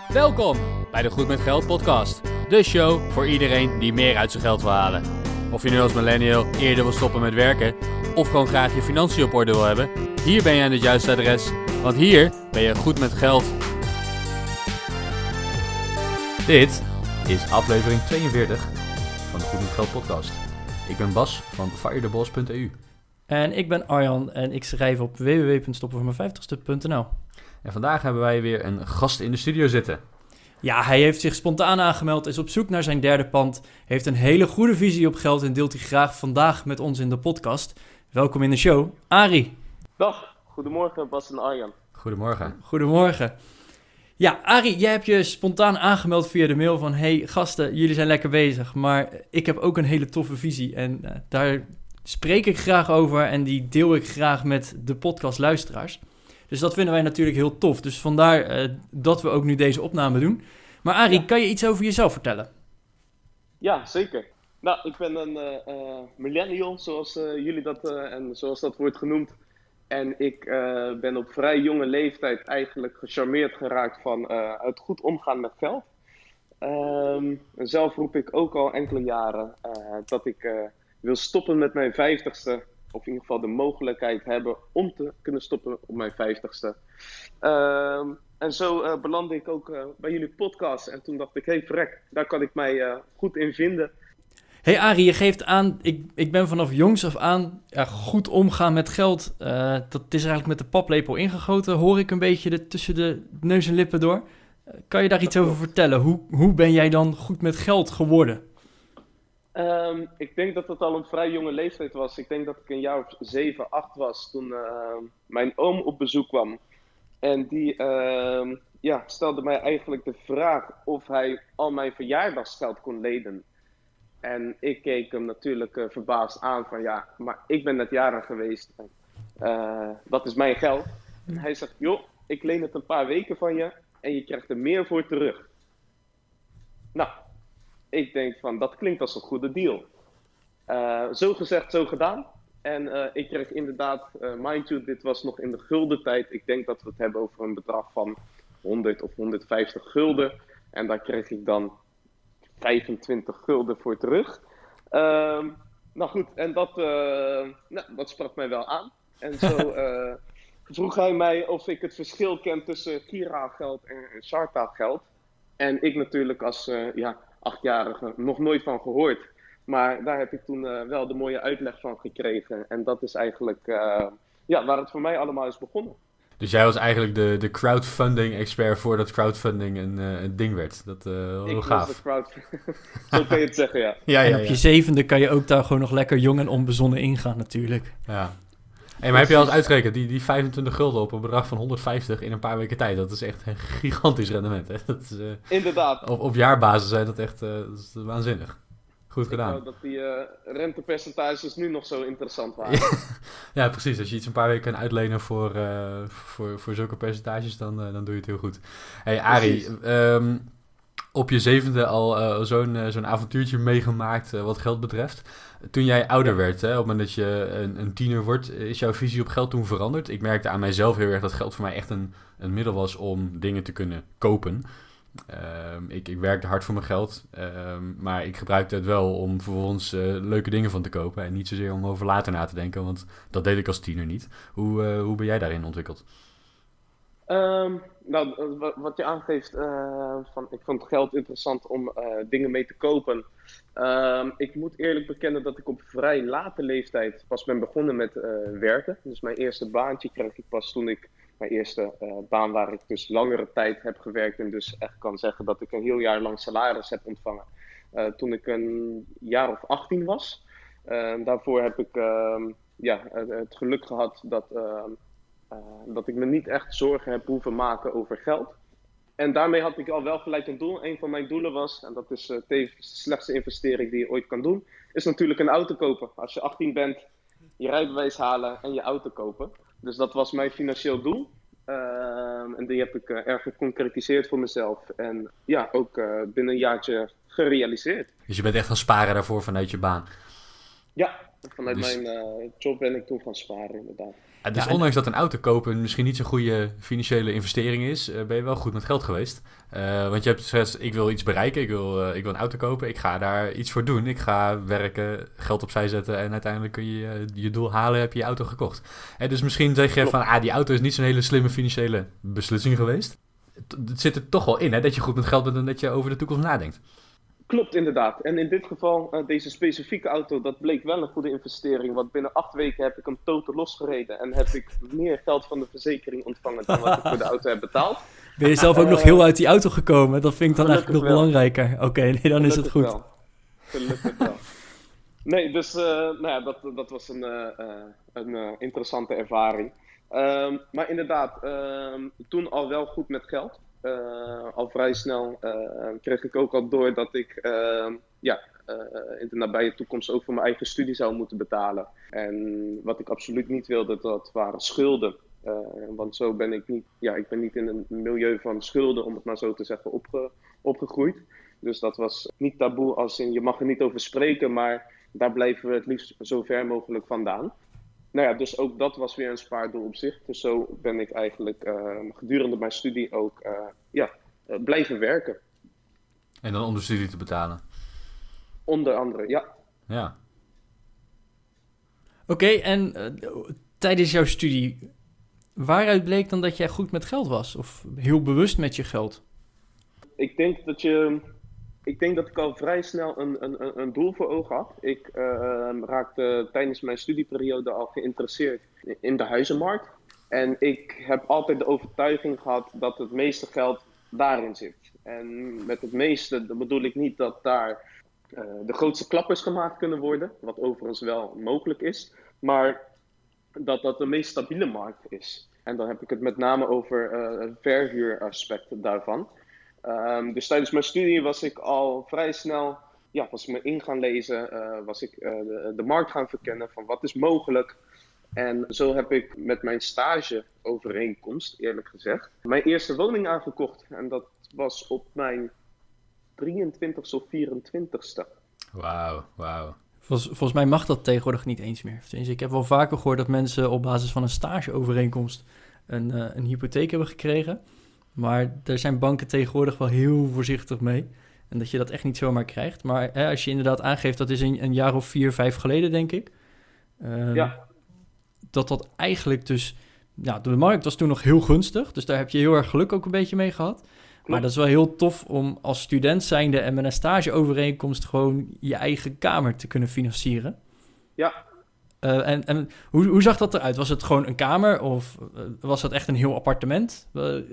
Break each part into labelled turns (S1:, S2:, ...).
S1: Welkom bij de Goed met Geld podcast. De show voor iedereen die meer uit zijn geld wil halen. Of je nu als millennial eerder wil stoppen met werken of gewoon graag je financiën op orde wil hebben, hier ben je aan het juiste adres, want hier ben je goed met geld.
S2: Dit is aflevering 42 van de Goed met Geld podcast. Ik ben Bas van firetheboss.eu.
S3: En ik ben Arjan en ik schrijf op www.stoppenvoormijn50ste.nl.
S2: En vandaag hebben wij weer een gast in de studio zitten.
S3: Ja, hij heeft zich spontaan aangemeld, is op zoek naar zijn derde pand, heeft een hele goede visie op geld en deelt die graag vandaag met ons in de podcast. Welkom in de show, Arie.
S4: Dag, goedemorgen Bas en Arjan.
S2: Goedemorgen.
S3: Goedemorgen. Ja, Arie, jij hebt je spontaan aangemeld via de mail van: hey gasten, jullie zijn lekker bezig, maar ik heb ook een hele toffe visie en daar spreek ik graag over en die deel ik graag met de podcastluisteraars. Dus dat vinden wij natuurlijk heel tof. Dus vandaar dat we ook nu deze opname doen. Maar Arie, kan je iets over jezelf vertellen?
S4: Ja, zeker. Nou, ik ben een millennial, zoals jullie dat en zoals dat wordt genoemd. En ik ben op vrij jonge leeftijd eigenlijk gecharmeerd geraakt van het goed omgaan met geld. En zelf roep ik ook al enkele jaren dat ik wil stoppen met mijn 50ste. Of in ieder geval de mogelijkheid hebben om te kunnen stoppen op mijn 50ste. En zo belandde ik ook bij jullie podcast. En toen dacht ik, hey verrek, daar kan ik mij goed in vinden.
S3: Hey Arie, je geeft aan, ik ben vanaf jongs af aan goed omgaan met geld. Dat is eigenlijk met de paplepel ingegoten, hoor ik een beetje tussen de neus en lippen door. Kan je daar iets over vertellen? Hoe ben jij dan goed met geld geworden?
S4: Ik denk dat het al een vrij jonge leeftijd was. Ik denk dat ik een jaar of 7, 8 was toen mijn oom op bezoek kwam. En die stelde mij eigenlijk de vraag of hij al mijn verjaardagsgeld kon lenen. En ik keek hem natuurlijk verbaasd aan van ja, maar ik ben net jarig geweest. Dat is mijn geld. En hij zegt, joh, ik leen het een paar weken van je en je krijgt er meer voor terug. Nou, ik denk van, dat klinkt als een goede deal. Zo gezegd, zo gedaan. En ik kreeg inderdaad, mind you, dit was nog in de guldentijd. Ik denk dat we het hebben over een bedrag van 100 of 150 gulden. En daar kreeg ik dan 25 gulden voor terug. Nou goed, en dat sprak mij wel aan. En zo vroeg hij mij of ik het verschil ken tussen Kira-geld en Sharta-geld. En ik natuurlijk als 8-jarige nog nooit van gehoord. Maar daar heb ik toen wel de mooie uitleg van gekregen. En dat is eigenlijk waar het voor mij allemaal is begonnen.
S2: Dus jij was eigenlijk de crowdfunding-expert voordat crowdfunding een ding werd. Dat heel gaaf.
S4: Was de Zo kun je het zeggen, ja.
S3: En op je 7e kan je ook daar gewoon nog lekker jong en onbezonnen ingaan natuurlijk.
S2: Ja. Hey, maar heb je al eens uitgerekend, die 25 gulden op een bedrag van 150 in een paar weken tijd, dat is echt een gigantisch rendement. Hè? Dat is,
S4: inderdaad.
S2: Op jaarbasis zijn dat echt dat is waanzinnig. Goed gedaan. Ik
S4: wou dat die rentepercentages nu nog zo interessant waren.
S2: Ja, precies. Als je iets een paar weken kan uitlenen voor zulke percentages, dan doe je het heel goed. Hey Arie, op je 7e al zo'n avontuurtje meegemaakt wat geld betreft. Toen jij ouder werd, hè, op het moment dat je een tiener wordt, is jouw visie op geld toen veranderd? Ik merkte aan mijzelf heel erg dat geld voor mij echt een middel was om dingen te kunnen kopen. Ik werkte hard voor mijn geld, maar ik gebruikte het wel om vervolgens leuke dingen van te kopen en niet zozeer om over later na te denken, want dat deed ik als tiener niet. Hoe ben jij daarin ontwikkeld?
S4: Wat je aangeeft, ik vond geld interessant om dingen mee te kopen. Ik moet eerlijk bekennen dat ik op vrij late leeftijd pas ben begonnen met werken. Dus mijn eerste baantje kreeg ik pas toen ik mijn eerste baan waar ik dus langere tijd heb gewerkt en dus echt kan zeggen dat ik een heel jaar lang salaris heb ontvangen. Toen ik een jaar of 18 was. Daarvoor heb ik het geluk gehad dat ik me niet echt zorgen heb hoeven maken over geld. En daarmee had ik al wel gelijk een doel. Een van mijn doelen was, en dat is tevens de slechtste investering die je ooit kan doen, is natuurlijk een auto kopen. Als je 18 bent, je rijbewijs halen en je auto kopen. Dus dat was mijn financieel doel. En die heb ik erg geconcretiseerd voor mezelf. En ja, ook binnen een jaartje gerealiseerd.
S2: Dus je bent echt gaan sparen daarvoor vanuit je baan?
S4: Ja, vanuit mijn job ben ik toen gaan sparen inderdaad.
S2: Dus ondanks dat een auto kopen misschien niet zo'n goede financiële investering is, ben je wel goed met geld geweest. Want je hebt gezegd, ik wil iets bereiken, ik wil een auto kopen, ik ga daar iets voor doen. Ik ga werken, geld opzij zetten en uiteindelijk kun je je doel halen, heb je je auto gekocht. Dus misschien zeg je van, die auto is niet zo'n hele slimme financiële beslissing geweest. Het zit er toch wel in, hè, dat je goed met geld bent en dat je over de toekomst nadenkt.
S4: Klopt, inderdaad. En in dit geval, deze specifieke auto, dat bleek wel een goede investering. Want binnen 8 weken heb ik hem totaal losgereden. En heb ik meer geld van de verzekering ontvangen dan wat ik voor de auto heb betaald.
S3: Ben je zelf ook nog heel uit die auto gekomen? Dat vind ik dan eigenlijk nog belangrijker. Oké, nee, dan is het goed.
S4: Wel. Gelukkig wel. Nee, dus dat was een interessante ervaring. Maar inderdaad, toen al wel goed met geld. Al vrij snel kreeg ik ook al door dat ik in de nabije toekomst ook voor mijn eigen studie zou moeten betalen. En wat ik absoluut niet wilde, dat waren schulden. Want zo ben ik niet, ik ben niet in een milieu van schulden, om het maar zo te zeggen, opgegroeid. Dus dat was niet taboe als in, je mag er niet over spreken, maar daar blijven we het liefst zo ver mogelijk vandaan. Nou ja, dus ook dat was weer een spaardoel op zich. Dus zo ben ik eigenlijk gedurende mijn studie ook blijven werken.
S2: En dan om de studie te betalen?
S4: Onder andere, ja.
S2: Ja.
S3: Oké, en tijdens jouw studie, waaruit bleek dan dat jij goed met geld was? Of heel bewust met je geld?
S4: Ik denk dat ik al vrij snel een doel voor ogen had. Ik raakte tijdens mijn studieperiode al geïnteresseerd in de huizenmarkt. En ik heb altijd de overtuiging gehad dat het meeste geld daarin zit. En met het meeste dan bedoel ik niet dat daar de grootste klappers gemaakt kunnen worden. Wat overigens wel mogelijk is. Maar dat dat de meest stabiele markt is. En dan heb ik het met name over het verhuuraspect daarvan. Dus tijdens mijn studie was ik al vrij snel, was ik me in gaan lezen, was ik de markt gaan verkennen van wat is mogelijk. En zo heb ik met mijn stageovereenkomst, eerlijk gezegd, mijn eerste woning aangekocht. En dat was op mijn 23ste of 24ste.
S2: Wauw.
S3: Volgens mij mag dat tegenwoordig niet eens meer. Dus ik heb wel vaker gehoord dat mensen op basis van een stageovereenkomst een hypotheek hebben gekregen. Maar daar zijn banken tegenwoordig wel heel voorzichtig mee. En dat je dat echt niet zomaar krijgt. Maar als je inderdaad aangeeft, dat is een jaar of 4, 5 geleden, denk ik. Dat eigenlijk dus... Ja, de markt was toen nog heel gunstig. Dus daar heb je heel erg geluk ook een beetje mee gehad. Klopt. Maar dat is wel heel tof om als student zijnde en met een stageovereenkomst gewoon je eigen kamer te kunnen financieren.
S4: Ja.
S3: En hoe zag dat eruit? Was het gewoon een kamer of was dat echt een heel appartement?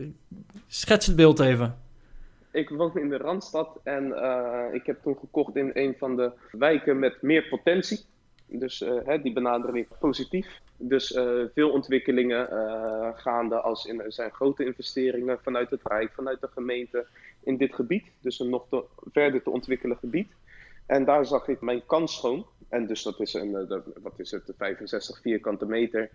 S3: Schets het beeld even.
S4: Ik woon in de Randstad en ik heb toen gekocht in een van de wijken met meer potentie. Dus die benadering ik positief. Dus veel ontwikkelingen gaande als in er zijn grote investeringen vanuit het Rijk, vanuit de gemeente in dit gebied. Dus een nog verder te ontwikkelen gebied. En daar zag ik mijn kans schoon. En dus dat is de 65 vierkante meter.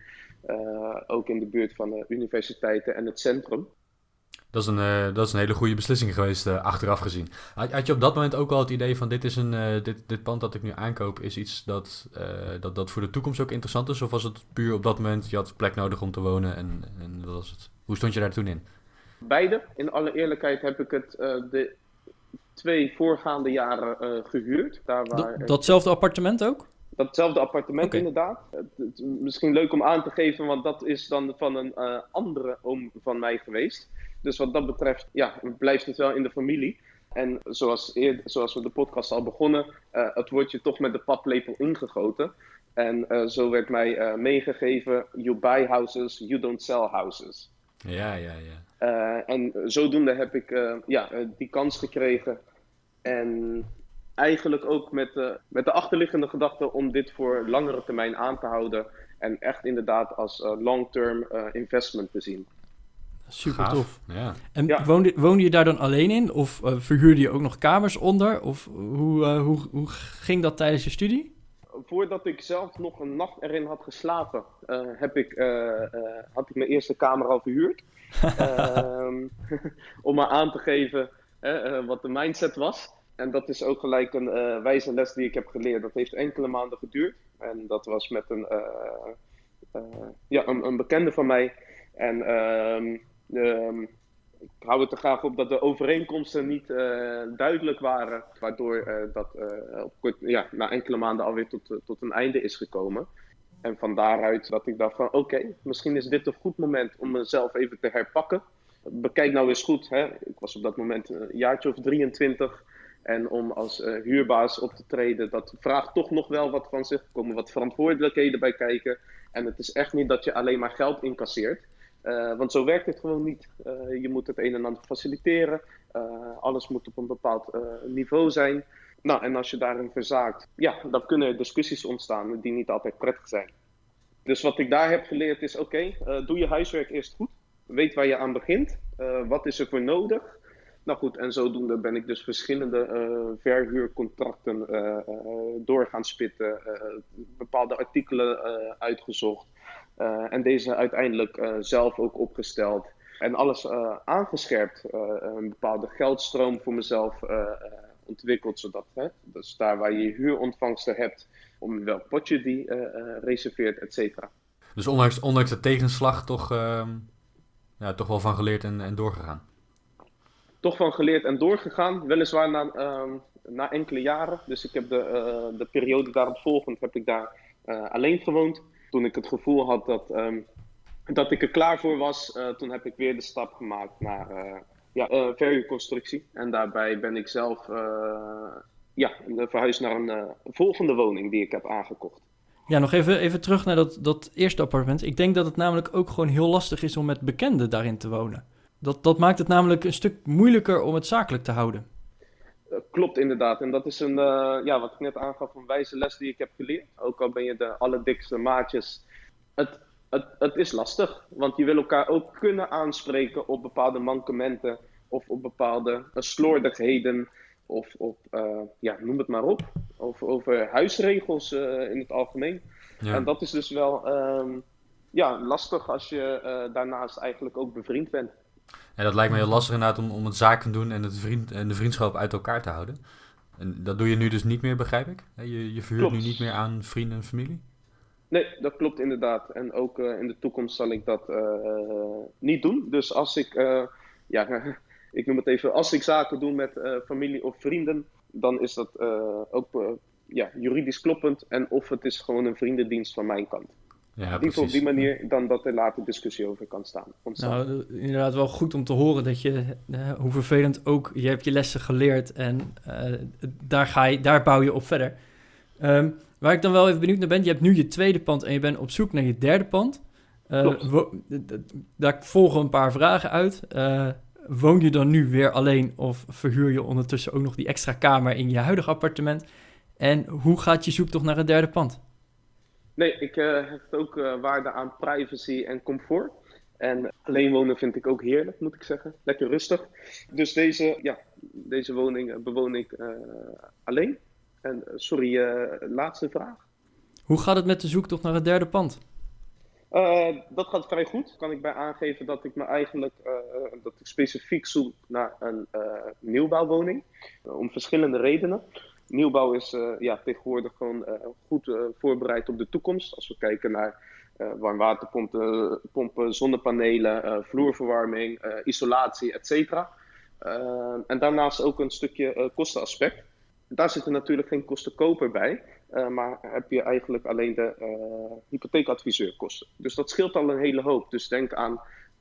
S4: Ook in de buurt van de universiteiten en het centrum. Dat
S2: is een hele goede beslissing geweest, achteraf gezien. Had je op dat moment ook al het idee van dit pand dat ik nu aankoop is iets dat voor de toekomst ook interessant is? Of was het puur op dat moment, je had plek nodig om te wonen en dat was het? Hoe stond je daar toen in?
S4: Beide. In alle eerlijkheid heb ik het de 2 voorgaande jaren gehuurd.
S3: Datzelfde appartement ook?
S4: Datzelfde appartement, inderdaad. Misschien leuk om aan te geven, want dat is dan van een andere oom van mij geweest. Dus wat dat betreft, blijft het wel in de familie. En zoals we de podcast al begonnen, het wordt je toch met de paplepel ingegoten. En zo werd mij meegegeven, you buy houses, you don't sell houses.
S2: Ja.
S4: En zodoende heb ik die kans gekregen. En eigenlijk ook met de achterliggende gedachte om dit voor langere termijn aan te houden. En echt inderdaad als long-term investment te zien.
S3: Super tof.
S2: Ja.
S3: En woonde je daar dan alleen in? Of verhuurde je ook nog kamers onder? Of hoe ging dat tijdens je studie?
S4: Voordat ik zelf nog een nacht erin had geslapen, had ik mijn eerste kamer al verhuurd. Om maar aan te geven wat de mindset was. En dat is ook gelijk een wijze les die ik heb geleerd. Dat heeft enkele maanden geduurd. En dat was met een bekende van mij. En ik hou het er graag op dat de overeenkomsten niet duidelijk waren, waardoor dat na enkele maanden alweer tot een einde is gekomen. En van daaruit dat ik dacht van oké, misschien is dit een goed moment om mezelf even te herpakken. Bekijk nou eens goed, hè? Ik was op dat moment een jaartje of 23 en om als huurbaas op te treden, dat vraagt toch nog wel wat van zich. Er komen wat verantwoordelijkheden bij kijken en het is echt niet dat je alleen maar geld incasseert. Want zo werkt het gewoon niet. Je moet het een en ander faciliteren. Alles moet op een bepaald niveau zijn. Nou, en als je daarin verzaakt, dan kunnen er discussies ontstaan die niet altijd prettig zijn. Dus wat ik daar heb geleerd is, doe je huiswerk eerst goed. Weet waar je aan begint. Wat is er voor nodig? Nou goed, en zodoende ben ik dus verschillende verhuurcontracten door gaan spitten. Bepaalde artikelen uitgezocht. En deze uiteindelijk zelf ook opgesteld. En alles aangescherpt. Een bepaalde geldstroom voor mezelf ontwikkeld. Zodat, dus daar waar je huurontvangsten hebt, om welk potje die reserveert, et cetera.
S2: Dus ondanks de tegenslag toch wel van geleerd en doorgegaan?
S4: Toch van geleerd en doorgegaan. Weliswaar na enkele jaren. Dus ik heb de periode daarop volgend heb ik daar alleen gewoond. Toen ik het gevoel had dat ik er klaar voor was, toen heb ik weer de stap gemaakt naar verhuurconstructie. En daarbij ben ik zelf verhuisd naar een volgende woning die ik heb aangekocht.
S3: Ja, nog even terug naar dat eerste appartement. Ik denk dat het namelijk ook gewoon heel lastig is om met bekenden daarin te wonen. Dat maakt het namelijk een stuk moeilijker om het zakelijk te houden.
S4: Klopt inderdaad. En dat is wat ik net aangaf, een wijze les die ik heb geleerd. Ook al ben je de allerdikste maatjes. Het is lastig, want je wil elkaar ook kunnen aanspreken op bepaalde mankementen of op bepaalde slordigheden of op, noem het maar op, of over huisregels in het algemeen. Ja. En dat is dus wel lastig als je daarnaast eigenlijk ook bevriend bent.
S2: Ja, dat lijkt me heel lastig inderdaad om het zaken doen en de vriendschap uit elkaar te houden. En dat doe je nu dus niet meer, begrijp ik? Je verhuurt nu niet meer aan vrienden en familie?
S4: Nee, dat klopt inderdaad. En ook in de toekomst zal ik dat niet doen. Dus als ik, ik noem het even, als ik zaken doe met familie of vrienden, dan is dat ook juridisch kloppend. En of het is gewoon een vriendendienst van mijn kant.
S2: Ja,
S4: liever op die manier dan dat er later discussie over kan ontstaan.
S3: Nou, inderdaad wel goed om te horen dat je, hoe vervelend ook, je hebt je lessen geleerd en daar bouw je op verder. Waar ik dan wel even benieuwd naar ben, je hebt nu je tweede pand en je bent op zoek naar je derde pand. Daar volgen een paar vragen uit. Woon je dan nu weer alleen of verhuur je ondertussen ook nog die extra kamer in je huidige appartement? En hoe gaat je zoektocht naar het derde pand?
S4: Nee, ik heb ook waarde aan privacy en comfort. En alleen wonen vind ik ook heerlijk, moet ik zeggen. Lekker rustig. Dus deze woning bewoon ik alleen. En laatste vraag.
S3: Hoe gaat het met de zoektocht naar het derde pand?
S4: Dat gaat vrij goed. Kan ik bij aangeven dat ik me eigenlijk dat ik specifiek zoek naar een nieuwbouwwoning. Om verschillende redenen. Nieuwbouw is tegenwoordig gewoon goed voorbereid op de toekomst. Als we kijken naar warmwaterpompen, zonnepanelen, vloerverwarming, isolatie, et cetera. En daarnaast ook een stukje kostenaspect. Daar zitten natuurlijk geen kostenkoper bij, maar heb je eigenlijk alleen de hypotheekadviseurkosten. Dus dat scheelt al een hele hoop. Dus denk aan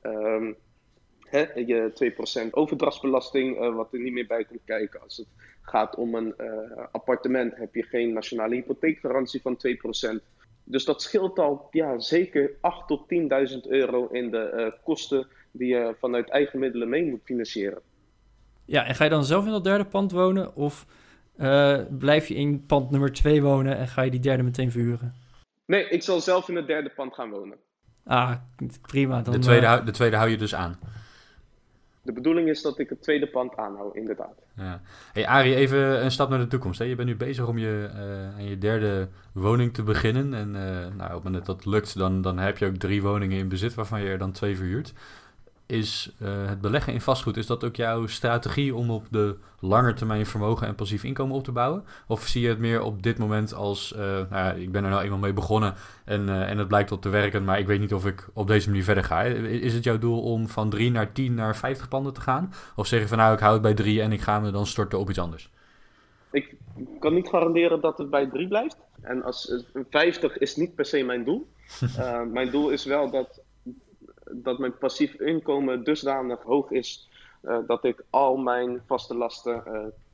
S4: je 2% overdrachtsbelasting, wat er niet meer bij komt kijken. Als het gaat om een appartement heb je geen nationale hypotheekgarantie van 2%. Dus dat scheelt al zeker 8.000 tot 10.000 euro in de kosten die je vanuit eigen middelen mee moet financieren.
S3: Ja, en ga je dan zelf in dat derde pand wonen of blijf je in pand nummer 2 wonen en ga je die derde meteen verhuren?
S4: Nee, ik zal zelf in het derde pand gaan wonen.
S3: Ah, prima. Dan,
S2: de tweede hou je dus aan?
S4: De bedoeling is dat ik het tweede pand aanhoud, inderdaad.
S2: Ja. Hey Arie, even een stap naar de toekomst. Hè? Je bent nu bezig om aan je derde woning te beginnen. En op het moment dat lukt, dan heb je ook 3 woningen in bezit waarvan je er dan 2 verhuurt. is het beleggen in vastgoed. Is dat ook jouw strategie om op de lange termijn vermogen en passief inkomen op te bouwen? Of zie je het meer op dit moment als, ik ben er nou eenmaal mee begonnen en het blijkt op te werken, maar ik weet niet of ik op deze manier verder ga. Is het jouw doel om van 3 naar 10 naar 50 panden te gaan? Of zeg je van nou, ik hou het bij 3 en ik ga me dan storten op iets anders?
S4: Ik kan niet garanderen dat het bij 3 blijft. En 50 is niet per se mijn doel. Mijn doel is wel dat mijn passief inkomen dusdanig hoog is dat ik al mijn vaste lasten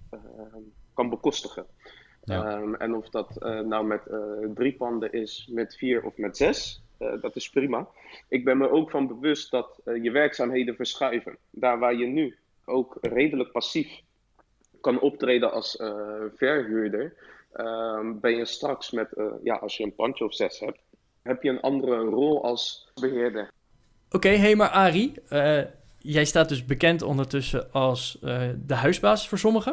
S4: kan bekostigen. Ja. En of dat nou met 3 panden is, met 4 of met 6, dat is prima. Ik ben me ook van bewust dat je werkzaamheden verschuiven. Daar waar je nu ook redelijk passief kan optreden als verhuurder, ben je straks met, als je een pandje of 6 hebt, heb je een andere rol als beheerder.
S3: Oké, maar Arie, jij staat dus bekend ondertussen als de huisbaas voor sommigen.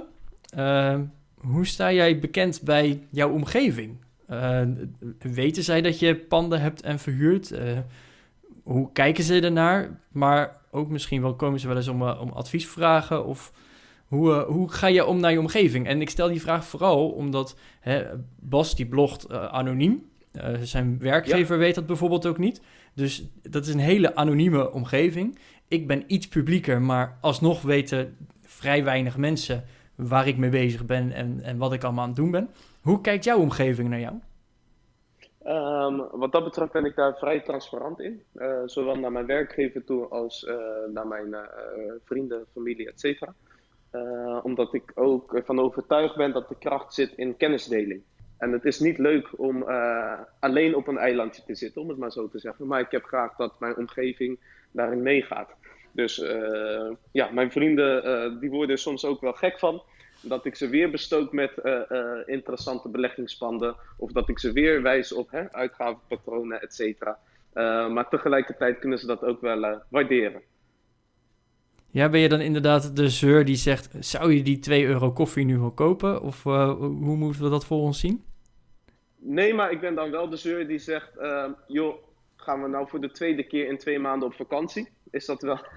S3: Hoe sta jij bekend bij jouw omgeving? Weten zij dat je panden hebt en verhuurt? Hoe kijken ze ernaar? Maar ook misschien wel komen ze wel eens om advies vragen of... Hoe ga je om naar je omgeving? En ik stel die vraag vooral omdat Bas die blogt anoniem. Zijn werkgever weet dat bijvoorbeeld ook niet. Dus dat is een hele anonieme omgeving. Ik ben iets publieker, maar alsnog weten vrij weinig mensen waar ik mee bezig ben en wat ik allemaal aan het doen ben. Hoe kijkt jouw omgeving naar jou?
S4: Wat dat betreft ben ik daar vrij transparant in. Zowel naar mijn werkgever toe als naar mijn vrienden, familie, etc. Omdat ik ook van overtuigd ben dat de kracht zit in kennisdeling. En het is niet leuk om alleen op een eilandje te zitten, om het maar zo te zeggen. Maar ik heb graag dat mijn omgeving daarin meegaat. Dus mijn vrienden die worden er soms ook wel gek van. Dat ik ze weer bestook met interessante beleggingspanden. Of dat ik ze weer wijs op uitgavenpatronen, et cetera. Maar tegelijkertijd kunnen ze dat ook wel waarderen.
S3: Ja, ben je dan inderdaad de zeur die zegt... zou je die €2 koffie nu wel kopen? Of hoe moeten we dat voor ons zien?
S4: Nee, maar ik ben dan wel de zeur die zegt... gaan we nou voor de 2e keer in 2 maanden op vakantie? Is dat wel...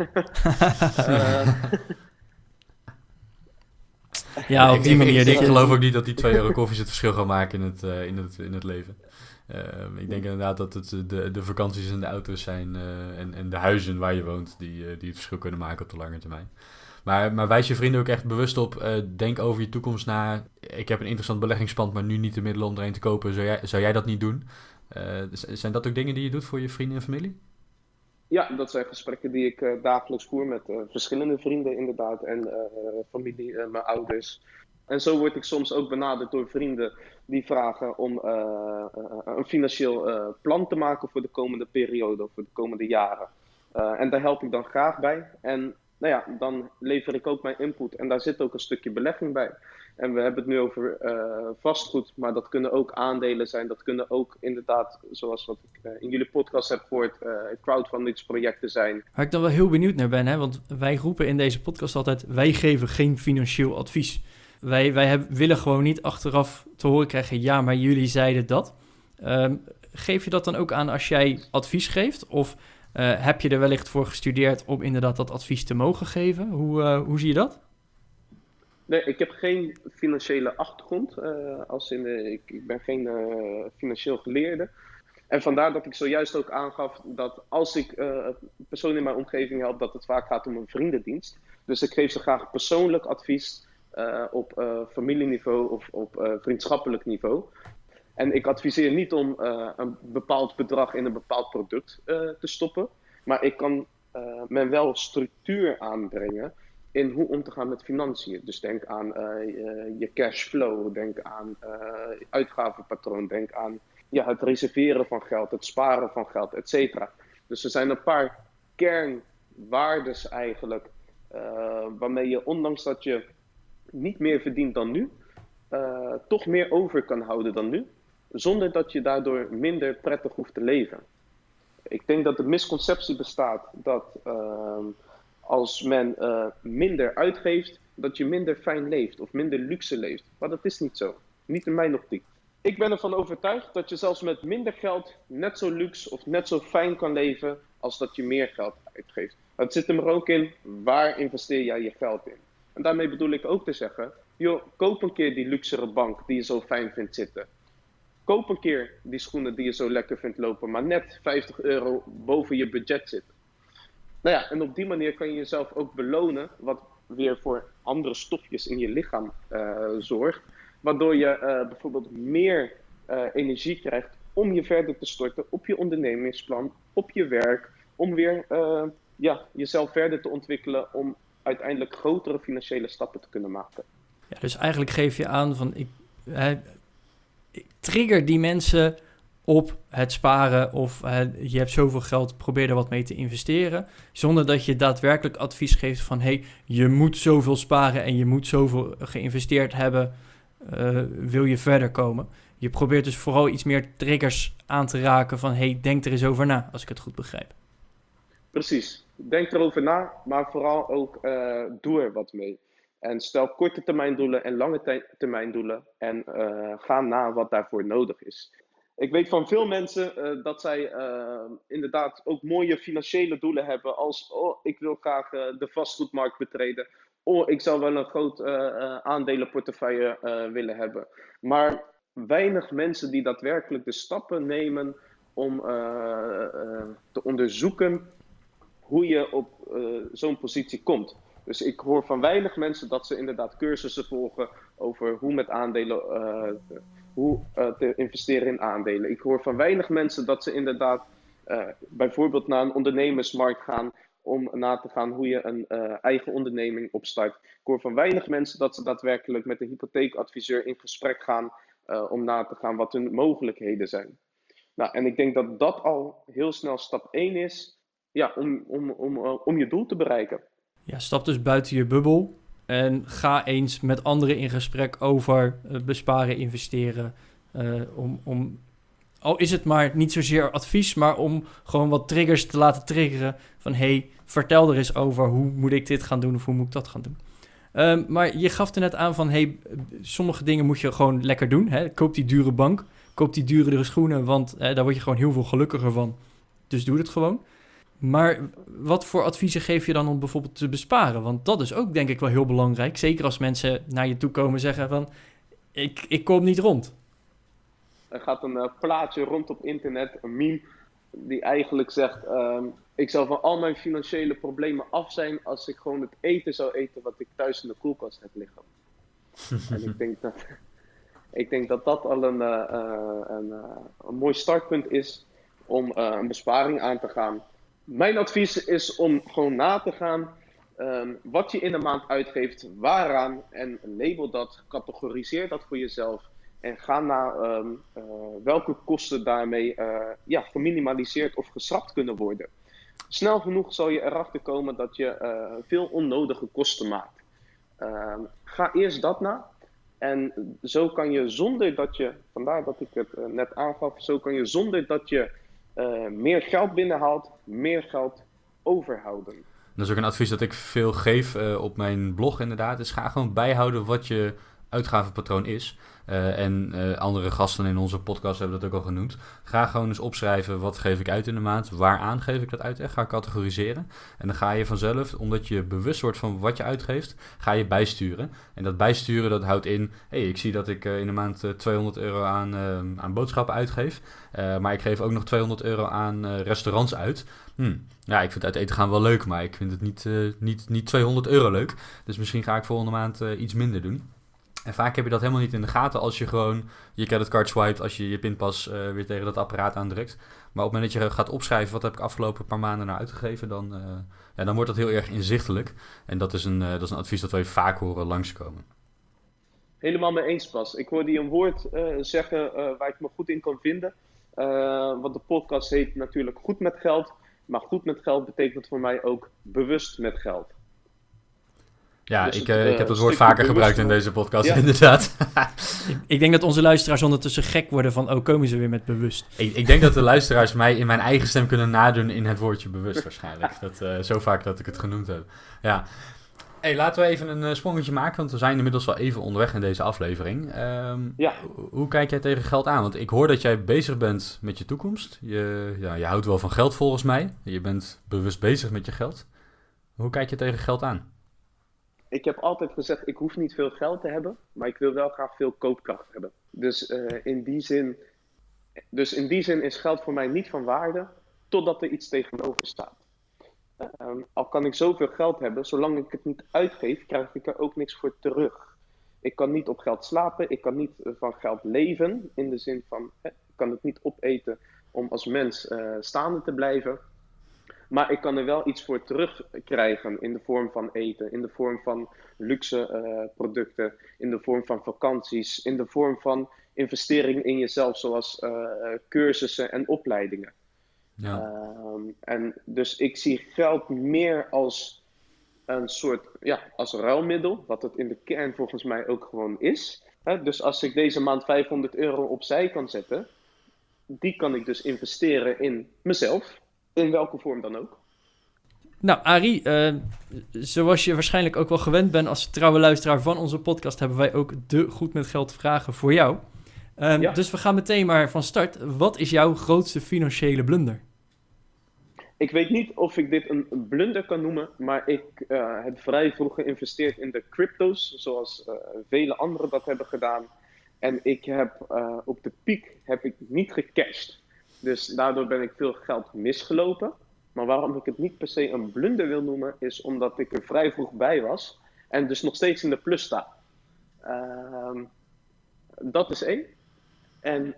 S3: Ja, op die manier.
S2: Ik geloof ook niet dat die €2 koffies het verschil gaan maken in het leven. Ik denk inderdaad dat het de vakanties en de auto's zijn en de huizen waar je woont die het verschil kunnen maken op de lange termijn. Maar wijs je vrienden ook echt bewust op, denk over je toekomst na. Ik heb een interessant beleggingspand, maar nu niet de middelen om er een te kopen. Zou jij dat niet doen? Zijn dat ook dingen die je doet voor je vrienden en familie?
S4: Ja, dat zijn gesprekken die ik dagelijks voer met verschillende vrienden inderdaad en familie, mijn ouders. En zo word ik soms ook benaderd door vrienden die vragen om een financieel plan te maken voor de komende periode of voor de komende jaren. En daar help ik dan graag bij. En dan lever ik ook mijn input en daar zit ook een stukje belegging bij. En we hebben het nu over vastgoed, maar dat kunnen ook aandelen zijn. Dat kunnen ook inderdaad, zoals wat ik in jullie podcast heb gehoord, crowdfundingsprojecten zijn.
S3: Waar ik dan wel heel benieuwd naar ben, want wij roepen in deze podcast altijd... wij geven geen financieel advies. Wij willen gewoon niet achteraf te horen krijgen... ja, maar jullie zeiden dat. Geef je dat dan ook aan als jij advies geeft? Of heb je er wellicht voor gestudeerd om inderdaad dat advies te mogen geven? Hoe zie je dat?
S4: Nee, ik heb geen financiële achtergrond. Ik ben geen financieel geleerde. En vandaar dat ik zojuist ook aangaf dat als ik personen in mijn omgeving help... dat het vaak gaat om een vriendendienst. Dus ik geef ze graag persoonlijk advies... op familieniveau of op vriendschappelijk niveau. En ik adviseer niet om een bepaald bedrag in een bepaald product te stoppen. Maar ik kan men wel structuur aanbrengen in hoe om te gaan met financiën. Dus denk aan je cashflow, denk aan uitgavenpatroon, denk aan het reserveren van geld, het sparen van geld, et cetera. Dus er zijn een paar kernwaardes eigenlijk waarmee je, ondanks dat je niet meer verdient dan nu, toch meer over kan houden dan nu, zonder dat je daardoor minder prettig hoeft te leven. Ik denk dat de misconceptie bestaat dat als men minder uitgeeft, dat je minder fijn leeft of minder luxe leeft. Maar dat is niet zo. Niet in mijn optiek. Ik ben ervan overtuigd dat je zelfs met minder geld net zo luxe of net zo fijn kan leven als dat je meer geld uitgeeft. Het zit hem er ook in, waar investeer jij je geld in? En daarmee bedoel ik ook te zeggen, joh, koop een keer die luxere bank die je zo fijn vindt zitten. Koop een keer die schoenen die je zo lekker vindt lopen, maar net €50 boven je budget zitten. Nou ja, en op die manier kan je jezelf ook belonen, wat weer voor andere stofjes in je lichaam zorgt. Waardoor je bijvoorbeeld meer energie krijgt om je verder te storten op je ondernemingsplan, op je werk. Om weer jezelf verder te ontwikkelen om uiteindelijk grotere financiële stappen te kunnen maken.
S3: Ja, dus eigenlijk geef je aan van ik trigger die mensen op het sparen of je hebt zoveel geld, probeer er wat mee te investeren. Zonder dat je daadwerkelijk advies geeft van hey, je moet zoveel sparen en je moet zoveel geïnvesteerd hebben, wil je verder komen. Je probeert dus vooral iets meer triggers aan te raken van hey, denk er eens over na, als ik het goed begrijp.
S4: Precies, denk erover na, maar vooral ook doe er wat mee. En stel korte termijn doelen en lange termijn doelen en ga na wat daarvoor nodig is. Ik weet van veel mensen dat zij inderdaad ook mooie financiële doelen hebben als ik wil graag de vastgoedmarkt betreden. Ik zou wel een groot aandelenportefeuille willen hebben. Maar weinig mensen die daadwerkelijk de stappen nemen om te onderzoeken hoe je op zo'n positie komt. Dus ik hoor van weinig mensen dat ze inderdaad cursussen volgen over hoe met aandelen, te investeren in aandelen. Ik hoor van weinig mensen dat ze inderdaad bijvoorbeeld naar een ondernemersmarkt gaan om na te gaan hoe je een eigen onderneming opstart. Ik hoor van weinig mensen dat ze daadwerkelijk met een hypotheekadviseur in gesprek gaan om na te gaan wat hun mogelijkheden zijn. Nou, en ik denk dat dat al heel snel stap 1 is om je doel te bereiken.
S3: Ja, stap dus buiten je bubbel en ga eens met anderen in gesprek over besparen, investeren. Al is het maar niet zozeer advies, maar om gewoon wat triggers te laten triggeren. Van hey, vertel er eens over hoe moet ik dit gaan doen of hoe moet ik dat gaan doen. Maar je gaf er net aan van hey, sommige dingen moet je gewoon lekker doen. Hè? Koop die dure bank, koop die dure schoenen, want daar word je gewoon heel veel gelukkiger van. Dus doe het gewoon. Maar wat voor adviezen geef je dan om bijvoorbeeld te besparen? Want dat is ook denk ik wel heel belangrijk. Zeker als mensen naar je toe komen en zeggen van ik kom niet rond.
S4: Er gaat een plaatje rond op internet, een meme, die eigenlijk zegt ik zou van al mijn financiële problemen af zijn als ik gewoon het eten zou eten wat ik thuis in de koelkast heb liggen. En ik denk dat dat al een mooi startpunt is om een besparing aan te gaan. Mijn advies is om gewoon na te gaan wat je in een maand uitgeeft, waaraan, en label dat, categoriseer dat voor jezelf en ga naar welke kosten daarmee geminimaliseerd of geschrapt kunnen worden. Snel genoeg zal je erachter komen dat je veel onnodige kosten maakt. Ga eerst dat na en zo kan je zonder dat je, vandaar dat ik het net aangaf, zo kan je zonder dat je meer geld binnenhaalt, meer geld overhouden.
S2: Dat is ook een advies dat ik veel geef op mijn blog inderdaad. Dus ga gewoon bijhouden wat je uitgavenpatroon is. Andere gasten in onze podcast hebben dat ook al genoemd. Ga gewoon eens opschrijven wat geef ik uit in de maand. Waaraan geef ik dat uit? Ga categoriseren. En dan ga je vanzelf, omdat je bewust wordt van wat je uitgeeft, ga je bijsturen. En dat bijsturen dat houdt in, ik zie dat ik in de maand €200 aan boodschappen uitgeef. Maar ik geef ook nog €200 aan restaurants uit. Ja, ik vind uit eten gaan wel leuk, maar ik vind het niet €200 leuk. Dus misschien ga ik volgende maand iets minder doen. En vaak heb je dat helemaal niet in de gaten als je gewoon je creditcard swipet, als je je pinpas weer tegen dat apparaat aandrukt. Maar op het moment dat je gaat opschrijven wat heb ik afgelopen paar maanden nou uitgegeven, dan wordt dat heel erg inzichtelijk. En dat is een advies dat wij vaak horen langskomen.
S4: Helemaal mee eens, Bas. Ik hoorde je een woord zeggen waar ik me goed in kan vinden. Want de podcast heet natuurlijk Goed met Geld. Maar goed met geld betekent voor mij ook bewust met geld.
S2: Ja,
S4: dus
S2: ik heb het woord vaker gebruikt in deze podcast, inderdaad.
S3: Ik denk dat onze luisteraars ondertussen gek worden van, komen ze weer met bewust.
S2: Ik denk dat de luisteraars mij in mijn eigen stem kunnen nadoen in het woordje bewust waarschijnlijk. Zo vaak dat ik het genoemd heb. Ja. Laten we even een sprongetje maken, want we zijn inmiddels wel even onderweg in deze aflevering. Hoe kijk jij tegen geld aan? Want ik hoor dat jij bezig bent met je toekomst. Je houdt wel van geld volgens mij. Je bent bewust bezig met je geld. Hoe kijk je tegen geld aan?
S4: Ik heb altijd gezegd, ik hoef niet veel geld te hebben, maar ik wil wel graag veel koopkracht hebben. Dus in die zin is geld voor mij niet van waarde, totdat er iets tegenover staat. Al kan ik zoveel geld hebben, zolang ik het niet uitgeef, krijg ik er ook niks voor terug. Ik kan niet op geld slapen, ik kan niet van geld leven, in de zin van, ik kan het niet opeten om als mens staande te blijven. Maar ik kan er wel iets voor terugkrijgen in de vorm van eten, in de vorm van luxe producten, in de vorm van vakanties, in de vorm van investering in jezelf, zoals cursussen en opleidingen.
S2: Ja.
S4: En dus ik zie geld meer als een soort, als ruilmiddel, wat het in de kern volgens mij ook gewoon is. Dus als ik deze maand €500 opzij kan zetten, die kan ik dus investeren in mezelf. In welke vorm dan ook.
S3: Nou, Arie, zoals je waarschijnlijk ook wel gewend bent als trouwe luisteraar van onze podcast, hebben wij ook de Goed met Geld vragen voor jou. Dus we gaan meteen maar van start. Wat is jouw grootste financiële blunder?
S4: Ik weet niet of ik dit een blunder kan noemen, maar ik heb vrij vroeg geïnvesteerd in de crypto's, zoals vele anderen dat hebben gedaan. En ik heb op de piek niet gecashed. Dus daardoor ben ik veel geld misgelopen. Maar waarom ik het niet per se een blunder wil noemen, is omdat ik er vrij vroeg bij was. En dus nog steeds in de plus sta. Dat is één. En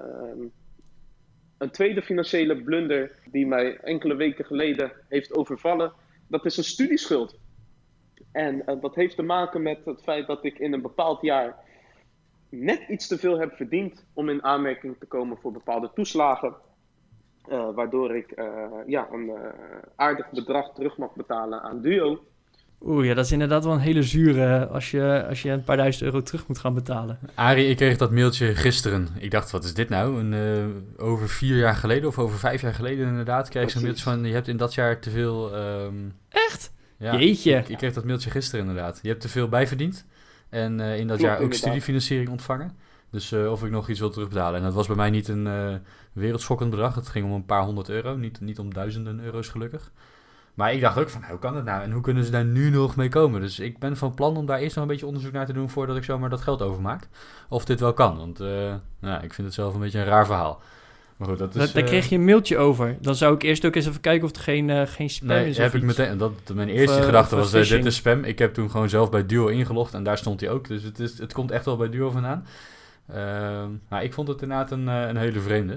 S4: een tweede financiële blunder die mij enkele weken geleden heeft overvallen, dat is een studieschuld. En dat heeft te maken met het feit dat ik in een bepaald jaar net iets te veel heb verdiend om in aanmerking te komen voor bepaalde toeslagen. Waardoor ik een aardig bedrag terug mag betalen aan Duo.
S3: Oeh, ja, dat is inderdaad wel een hele zure als je een paar €1000 terug moet gaan betalen.
S2: Arie, ik kreeg dat mailtje gisteren. Ik dacht, wat is dit nou? Over 4 jaar geleden of over 5 jaar geleden inderdaad kreeg ik zo'n mailtje van, je hebt in dat jaar te veel...
S3: Echt?
S2: Ja,
S3: Jeetje.
S2: Ik kreeg dat mailtje gisteren inderdaad. Je hebt te veel bijverdiend en in dat jaar ook
S4: inderdaad
S2: studiefinanciering ontvangen. Dus of ik nog iets wil terugbetalen. En dat was bij mij niet een wereldschokkend bedrag. Het ging om een paar €100. Niet om duizenden euro's gelukkig. Maar ik dacht ook van, hoe kan dat nou? En hoe kunnen ze daar nu nog mee komen? Dus ik ben van plan om daar eerst nog een beetje onderzoek naar te doen voordat ik zomaar dat geld overmaak. Of dit wel kan. Want ik vind het zelf een beetje een raar verhaal. Maar goed, dat is...
S3: Daar kreeg je een mailtje over. Dan zou ik eerst ook eens even kijken of er geen spam
S2: Nee,
S3: is
S2: heb
S3: of
S2: ik
S3: iets.
S2: meteen. Mijn eerste gedachte was,
S3: phishing.
S2: dit is spam. Ik heb toen gewoon zelf bij Duo ingelogd en daar stond hij ook. Dus het komt echt wel bij Duo vandaan. Maar ik vond het inderdaad een hele vreemde.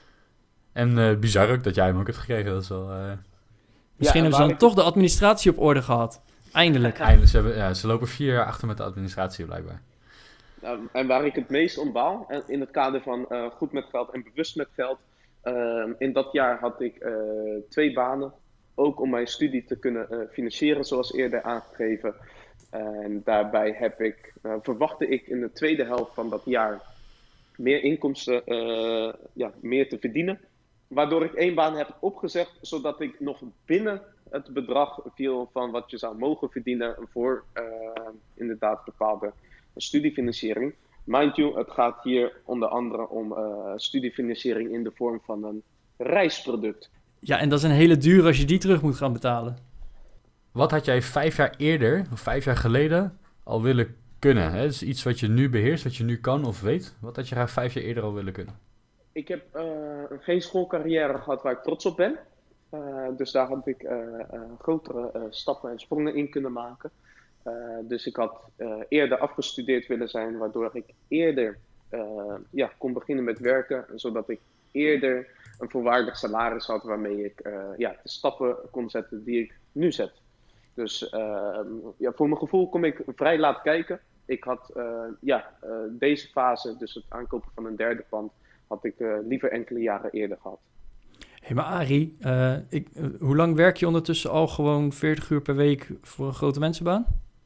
S2: En bizar ook dat jij hem ook hebt gekregen. Dat is wel...
S3: Misschien hebben ze dan toch de administratie op orde gehad. Eindelijk.
S2: Eindelijk, ze lopen 4 jaar achter met de administratie blijkbaar.
S4: En waar ik het meest om baal, in het kader van goed met geld en bewust met geld. In dat jaar had ik 2 banen. Ook om mijn studie te kunnen financieren, zoals eerder aangegeven. En daarbij verwachtte ik in de tweede helft van dat jaar meer inkomsten, meer te verdienen. Waardoor ik 1 baan heb opgezegd, zodat ik nog binnen het bedrag viel van wat je zou mogen verdienen voor inderdaad bepaalde studiefinanciering. Mind you, het gaat hier onder andere om studiefinanciering in de vorm van een reisproduct.
S3: Ja, en dat is een hele dure als je die terug moet gaan betalen.
S2: Wat had jij 5 jaar eerder, of 5 jaar geleden, al willen kunnen? Hè? Dat is iets wat je nu beheerst, wat je nu kan of weet. Wat had je graag 5 jaar eerder al willen kunnen?
S4: Ik heb geen schoolcarrière gehad waar ik trots op ben. Dus daar had ik grotere stappen en sprongen in kunnen maken. Dus ik had eerder afgestudeerd willen zijn, waardoor ik eerder kon beginnen met werken. Zodat ik eerder een volwaardig salaris had waarmee ik de stappen kon zetten die ik nu zet. Dus voor mijn gevoel kom ik vrij laat kijken. Ik had deze fase, dus het aankopen van een derde pand, had ik liever enkele jaren eerder gehad.
S3: Hé, maar Arie, hoe lang werk je ondertussen al gewoon 40 uur per week voor een grote mensenbaan?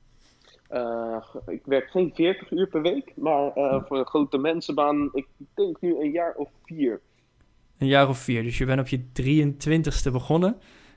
S4: Ik werk geen 40 uur per week, maar voor een grote mensenbaan, ik denk nu een jaar of 4.
S3: Een jaar of 4, dus je bent op je 23ste begonnen.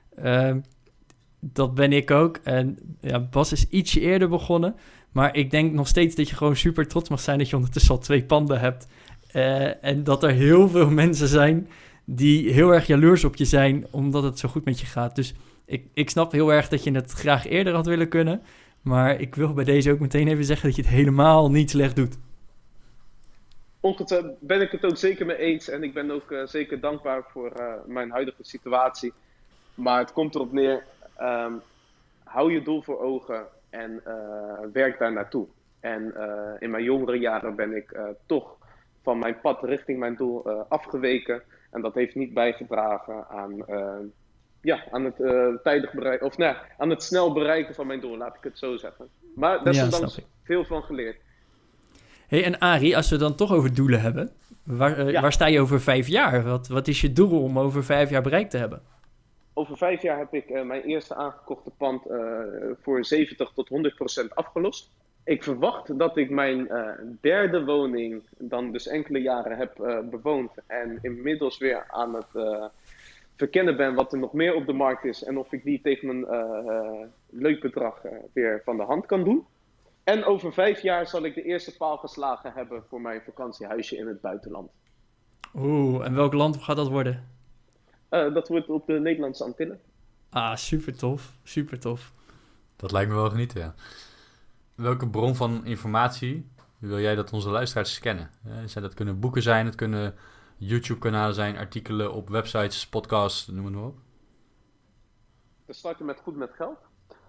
S3: Dat ben ik ook. En ja, Bas is ietsje eerder begonnen. Maar ik denk nog steeds dat je gewoon super trots mag zijn dat je ondertussen al 2 panden hebt. En dat er heel veel mensen zijn die heel erg jaloers op je zijn, omdat het zo goed met je gaat. Dus Ik snap heel erg dat je het graag eerder had willen kunnen. Maar ik wil bij deze ook meteen even zeggen dat je het helemaal niet slecht doet.
S4: Ongetwijfeld ben ik het ook zeker mee eens. En ik ben ook zeker dankbaar voor mijn huidige situatie. Maar het komt erop neer, hou je doel voor ogen en werk daar naartoe. En in mijn jongere jaren ben ik toch van mijn pad richting mijn doel afgeweken. En dat heeft niet bijgedragen aan het tijdig bereiken, of aan het snel bereiken van mijn doel, laat ik het zo zeggen. Maar desondanks veel van geleerd.
S3: Hey, en Arie, als we dan toch over doelen hebben, waar sta je over 5 jaar? Wat is je doel om over 5 jaar bereikt te hebben?
S4: Over 5 jaar heb ik mijn eerste aangekochte pand voor 70 tot 100% afgelost. Ik verwacht dat ik mijn derde woning dan dus enkele jaren heb bewoond en inmiddels weer aan het verkennen ben wat er nog meer op de markt is en of ik die tegen een leuk bedrag weer van de hand kan doen. En over 5 jaar zal ik de eerste paal geslagen hebben voor mijn vakantiehuisje in het buitenland.
S3: Oeh, en welk land gaat dat worden?
S4: Dat wordt op de Nederlandse Antillen.
S3: Ah, super tof, super tof.
S2: Dat lijkt me wel genieten, ja. Welke bron van informatie wil jij dat onze luisteraars scannen? Dat kunnen boeken zijn, het kunnen YouTube-kanalen zijn, artikelen op websites, podcasts, noem het maar op.
S4: We starten met goed met geld.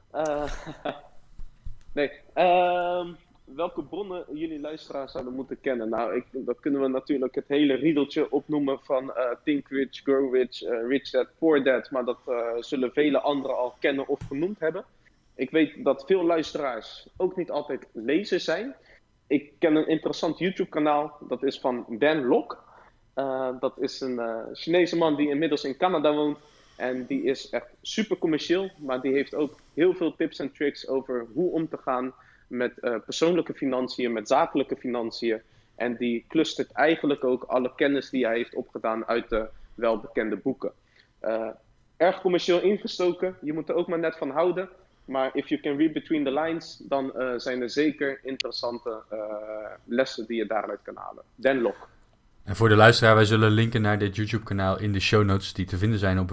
S4: Nee, welke bronnen jullie luisteraars zouden moeten kennen? Nou, dat kunnen we natuurlijk het hele riedeltje opnoemen van Think Rich, Grow Rich, Rich Dad, Poor Dad. Maar dat zullen vele anderen al kennen of genoemd hebben. Ik weet dat veel luisteraars ook niet altijd lezers zijn. Ik ken een interessant YouTube-kanaal, dat is van Dan Lok. Dat is een Chinese man die inmiddels in Canada woont. En die is echt super commercieel, maar die heeft ook heel veel tips en tricks over hoe om te gaan met persoonlijke financiën, met zakelijke financiën. En die clustert eigenlijk ook alle kennis die hij heeft opgedaan uit de welbekende boeken. Erg commercieel ingestoken, je moet er ook maar net van houden. Maar if you can read between the lines, dan zijn er zeker interessante lessen die je daaruit kan halen. Dan Lok.
S2: En voor de luisteraar, wij zullen linken naar dit YouTube-kanaal in de show notes die te vinden zijn op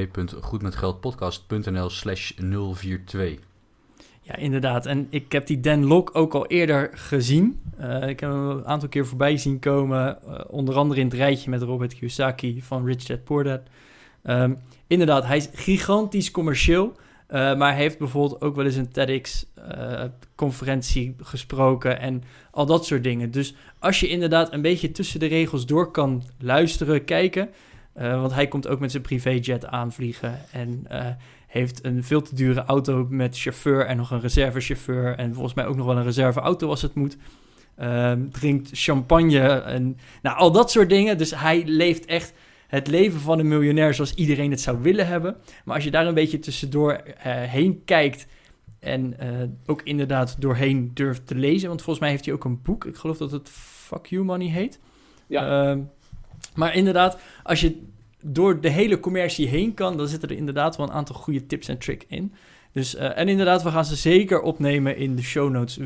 S2: www.goedmetgeldpodcast.nl/042.
S3: Ja, inderdaad. En ik heb die Dan Lok ook al eerder gezien. Ik heb hem een aantal keer voorbij zien komen. Onder andere in het rijtje met Robert Kiyosaki van Rich Dad Poor Dad. Inderdaad, hij is gigantisch commercieel. Maar hij heeft bijvoorbeeld ook wel eens een TEDx-conferentie gesproken en al dat soort dingen. Dus als je inderdaad een beetje tussen de regels door kan luisteren, kijken. Want hij komt ook met zijn privéjet aanvliegen en heeft een veel te dure auto met chauffeur en nog een reservechauffeur. En volgens mij ook nog wel een reserveauto als het moet. Drinkt champagne en al dat soort dingen. Dus hij leeft echt het leven van een miljonair zoals iedereen het zou willen hebben. Maar als je daar een beetje tussendoor heen kijkt en ook inderdaad doorheen durft te lezen. Want volgens mij heeft hij ook een boek. Ik geloof dat het Fuck You Money heet.
S4: Ja.
S3: Maar inderdaad, als je door de hele commercie heen kan, dan zitten er inderdaad wel een aantal goede tips en tricks in. Dus, en inderdaad, we gaan ze zeker opnemen in de show notes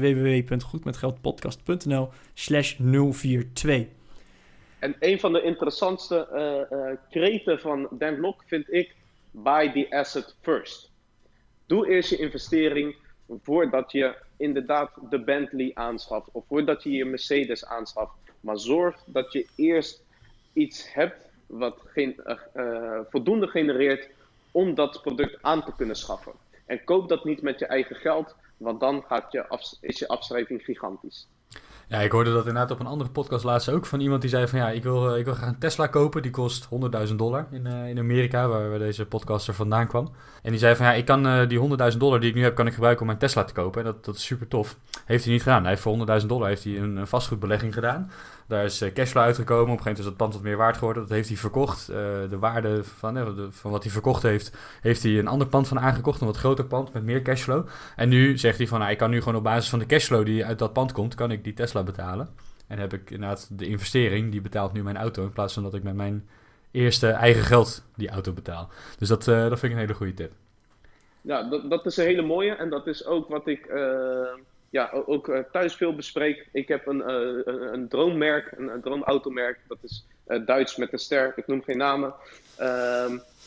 S3: www.goedmetgeldpodcast.nl/042.
S4: En een van de interessantste kreten van Dan Lok vind ik: buy the asset first. Doe eerst je investering voordat je inderdaad de Bentley aanschaft of voordat je je Mercedes aanschaft. Maar zorg dat je eerst iets hebt wat voldoende genereert om dat product aan te kunnen schaffen. En koop dat niet met je eigen geld, want dan is je afschrijving gigantisch.
S2: Ja, ik hoorde dat inderdaad op een andere podcast laatst ook van iemand die zei van ja, ik wil graag een Tesla kopen. Die kost $100.000 in Amerika, waar deze podcaster vandaan kwam. En die zei van ja, ik kan die $100.000 die ik nu heb, kan ik gebruiken om mijn Tesla te kopen. En dat is super tof. Heeft hij niet gedaan. Hij heeft voor $100.000 heeft hij een vastgoedbelegging gedaan. Daar is cashflow uitgekomen. Op een gegeven moment is dat pand wat meer waard geworden. Dat heeft hij verkocht. De waarde van wat hij verkocht heeft hij een ander pand van aangekocht. Een wat groter pand met meer cashflow. En nu zegt hij van ik kan nu gewoon op basis van de cashflow die uit dat pand komt, kan ik die Tesla betalen. En heb ik inderdaad de investering, die betaalt nu mijn auto. In plaats van dat ik met mijn eerste eigen geld die auto betaal. Dus dat vind ik een hele goede tip.
S4: Ja, dat is een hele mooie. En dat is ook wat ik ook thuis veel bespreek. Ik heb een droommerk, een droomautomerk. Dat is Duits met een ster. Ik noem geen namen.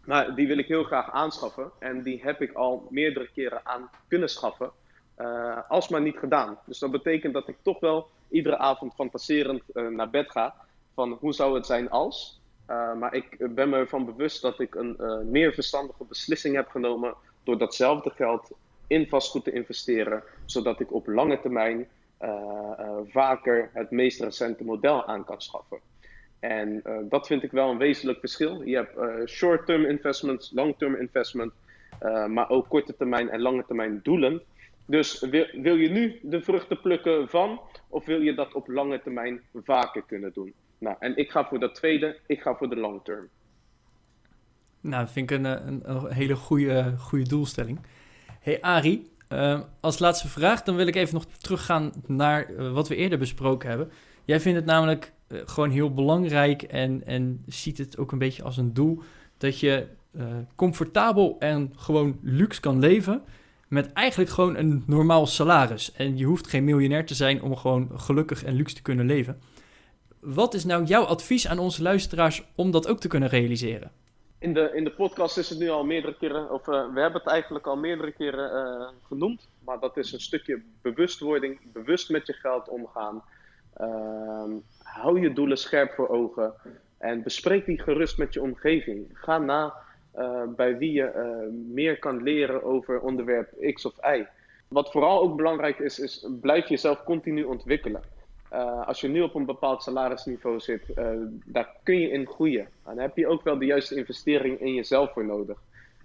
S4: Maar die wil ik heel graag aanschaffen. En die heb ik al meerdere keren aan kunnen schaffen. Alsmaar niet gedaan. Dus dat betekent dat ik toch wel iedere avond fantaserend naar bed ga. Van hoe zou het zijn als. Maar ik ben me ervan bewust dat ik een meer verstandige beslissing heb genomen. Door datzelfde geld in vastgoed te investeren. Zodat ik op lange termijn vaker het meest recente model aan kan schaffen. En dat vind ik wel een wezenlijk verschil. Je hebt short-term investments, long-term investment, maar ook korte termijn en lange termijn doelen. Dus wil je nu de vruchten plukken van, of wil je dat op lange termijn vaker kunnen doen? Nou, en ik ga voor dat tweede, ik ga voor de long-term.
S3: Nou, dat vind ik een hele goede doelstelling. Hey Arie, als laatste vraag, dan wil ik even nog teruggaan naar wat we eerder besproken hebben. Jij vindt het namelijk gewoon heel belangrijk en ziet het ook een beetje als een doel dat je comfortabel en gewoon luxe kan leven met eigenlijk gewoon een normaal salaris. En je hoeft geen miljonair te zijn om gewoon gelukkig en luxe te kunnen leven. Wat is nou jouw advies aan onze luisteraars om dat ook te kunnen realiseren?
S4: In de podcast is het nu al meerdere keren, of we hebben het eigenlijk al meerdere keren genoemd. Maar dat is een stukje bewustwording, bewust met je geld omgaan. Hou je doelen scherp voor ogen en bespreek die gerust met je omgeving. Ga na bij wie je meer kan leren over onderwerp X of Y. Wat vooral ook belangrijk is blijf jezelf continu ontwikkelen. Als je nu op een bepaald salarisniveau zit, daar kun je in groeien. En dan heb je ook wel de juiste investering in jezelf voor nodig.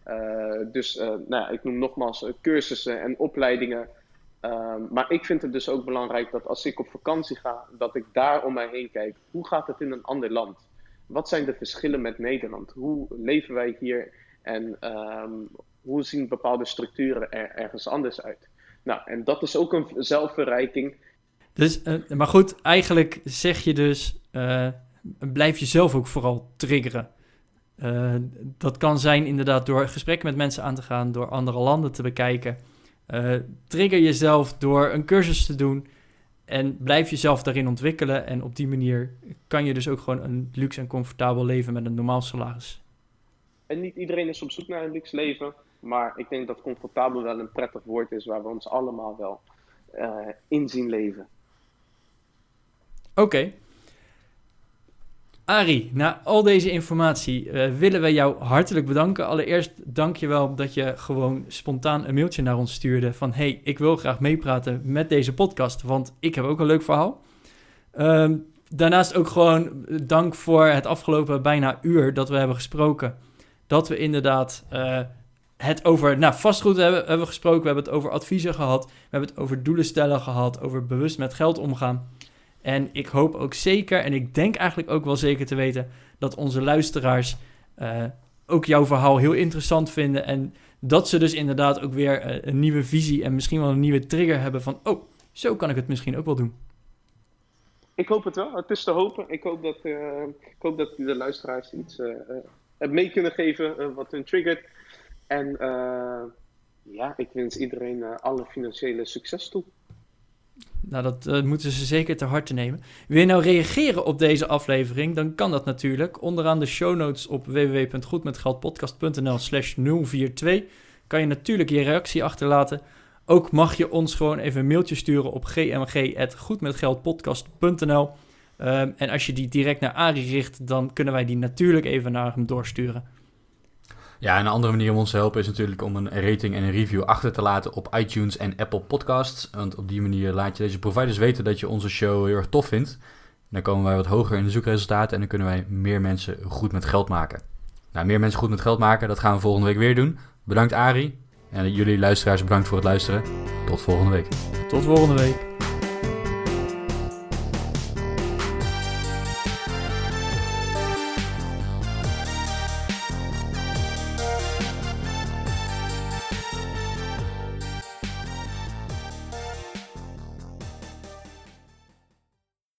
S4: Ik noem nogmaals cursussen en opleidingen. Maar ik vind het dus ook belangrijk dat als ik op vakantie ga, dat ik daar om mij heen kijk. Hoe gaat het in een ander land? Wat zijn de verschillen met Nederland? Hoe leven wij hier? En hoe zien bepaalde structuren er ergens anders uit? Nou, en dat is ook een zelfverrijking.
S3: Dus, maar goed, eigenlijk zeg je dus, blijf jezelf ook vooral triggeren. Dat kan zijn inderdaad door gesprekken met mensen aan te gaan, door andere landen te bekijken. Trigger jezelf door een cursus te doen en blijf jezelf daarin ontwikkelen. En op die manier kan je dus ook gewoon een luxe en comfortabel leven met een normaal salaris.
S4: En niet iedereen is op zoek naar een luxe leven, maar ik denk dat comfortabel wel een prettig woord is waar we ons allemaal wel in zien leven.
S3: Oké. Arie, na al deze informatie willen wij jou hartelijk bedanken. Allereerst dank je wel dat je gewoon spontaan een mailtje naar ons stuurde van hey, ik wil graag meepraten met deze podcast, want ik heb ook een leuk verhaal. Daarnaast ook gewoon dank voor het afgelopen bijna uur dat we hebben gesproken. Dat we inderdaad het over vastgoed hebben gesproken. We hebben het over adviezen gehad. We hebben het over doelen stellen gehad. Over bewust met geld omgaan. En ik hoop ook zeker, en ik denk eigenlijk ook wel zeker te weten, dat onze luisteraars ook jouw verhaal heel interessant vinden. En dat ze dus inderdaad ook weer een nieuwe visie en misschien wel een nieuwe trigger hebben van, oh, zo kan ik het misschien ook wel doen.
S4: Ik hoop het wel. Het is te hopen. Ik hoop dat de luisteraars iets mee kunnen geven wat hun triggert. En ik wens iedereen alle financiële succes toe.
S3: Nou, dat moeten ze zeker ter harte nemen. Wil je nou reageren op deze aflevering? Dan kan dat natuurlijk. Onderaan de show notes op www.goedmetgeldpodcast.nl/042 kan je natuurlijk je reactie achterlaten. Ook mag je ons gewoon even een mailtje sturen op gmg@goedmetgeldpodcast.nl. En als je die direct naar Arie richt, dan kunnen wij die natuurlijk even naar hem doorsturen.
S2: Ja, een andere manier om ons te helpen is natuurlijk om een rating en een review achter te laten op iTunes en Apple Podcasts. Want op die manier laat je deze providers weten dat je onze show heel erg tof vindt. Dan komen wij wat hoger in de zoekresultaten en dan kunnen wij meer mensen goed met geld maken. Nou, meer mensen goed met geld maken, dat gaan we volgende week weer doen. Bedankt Arie. En jullie luisteraars bedankt voor het luisteren. Tot volgende week.
S3: Tot volgende week.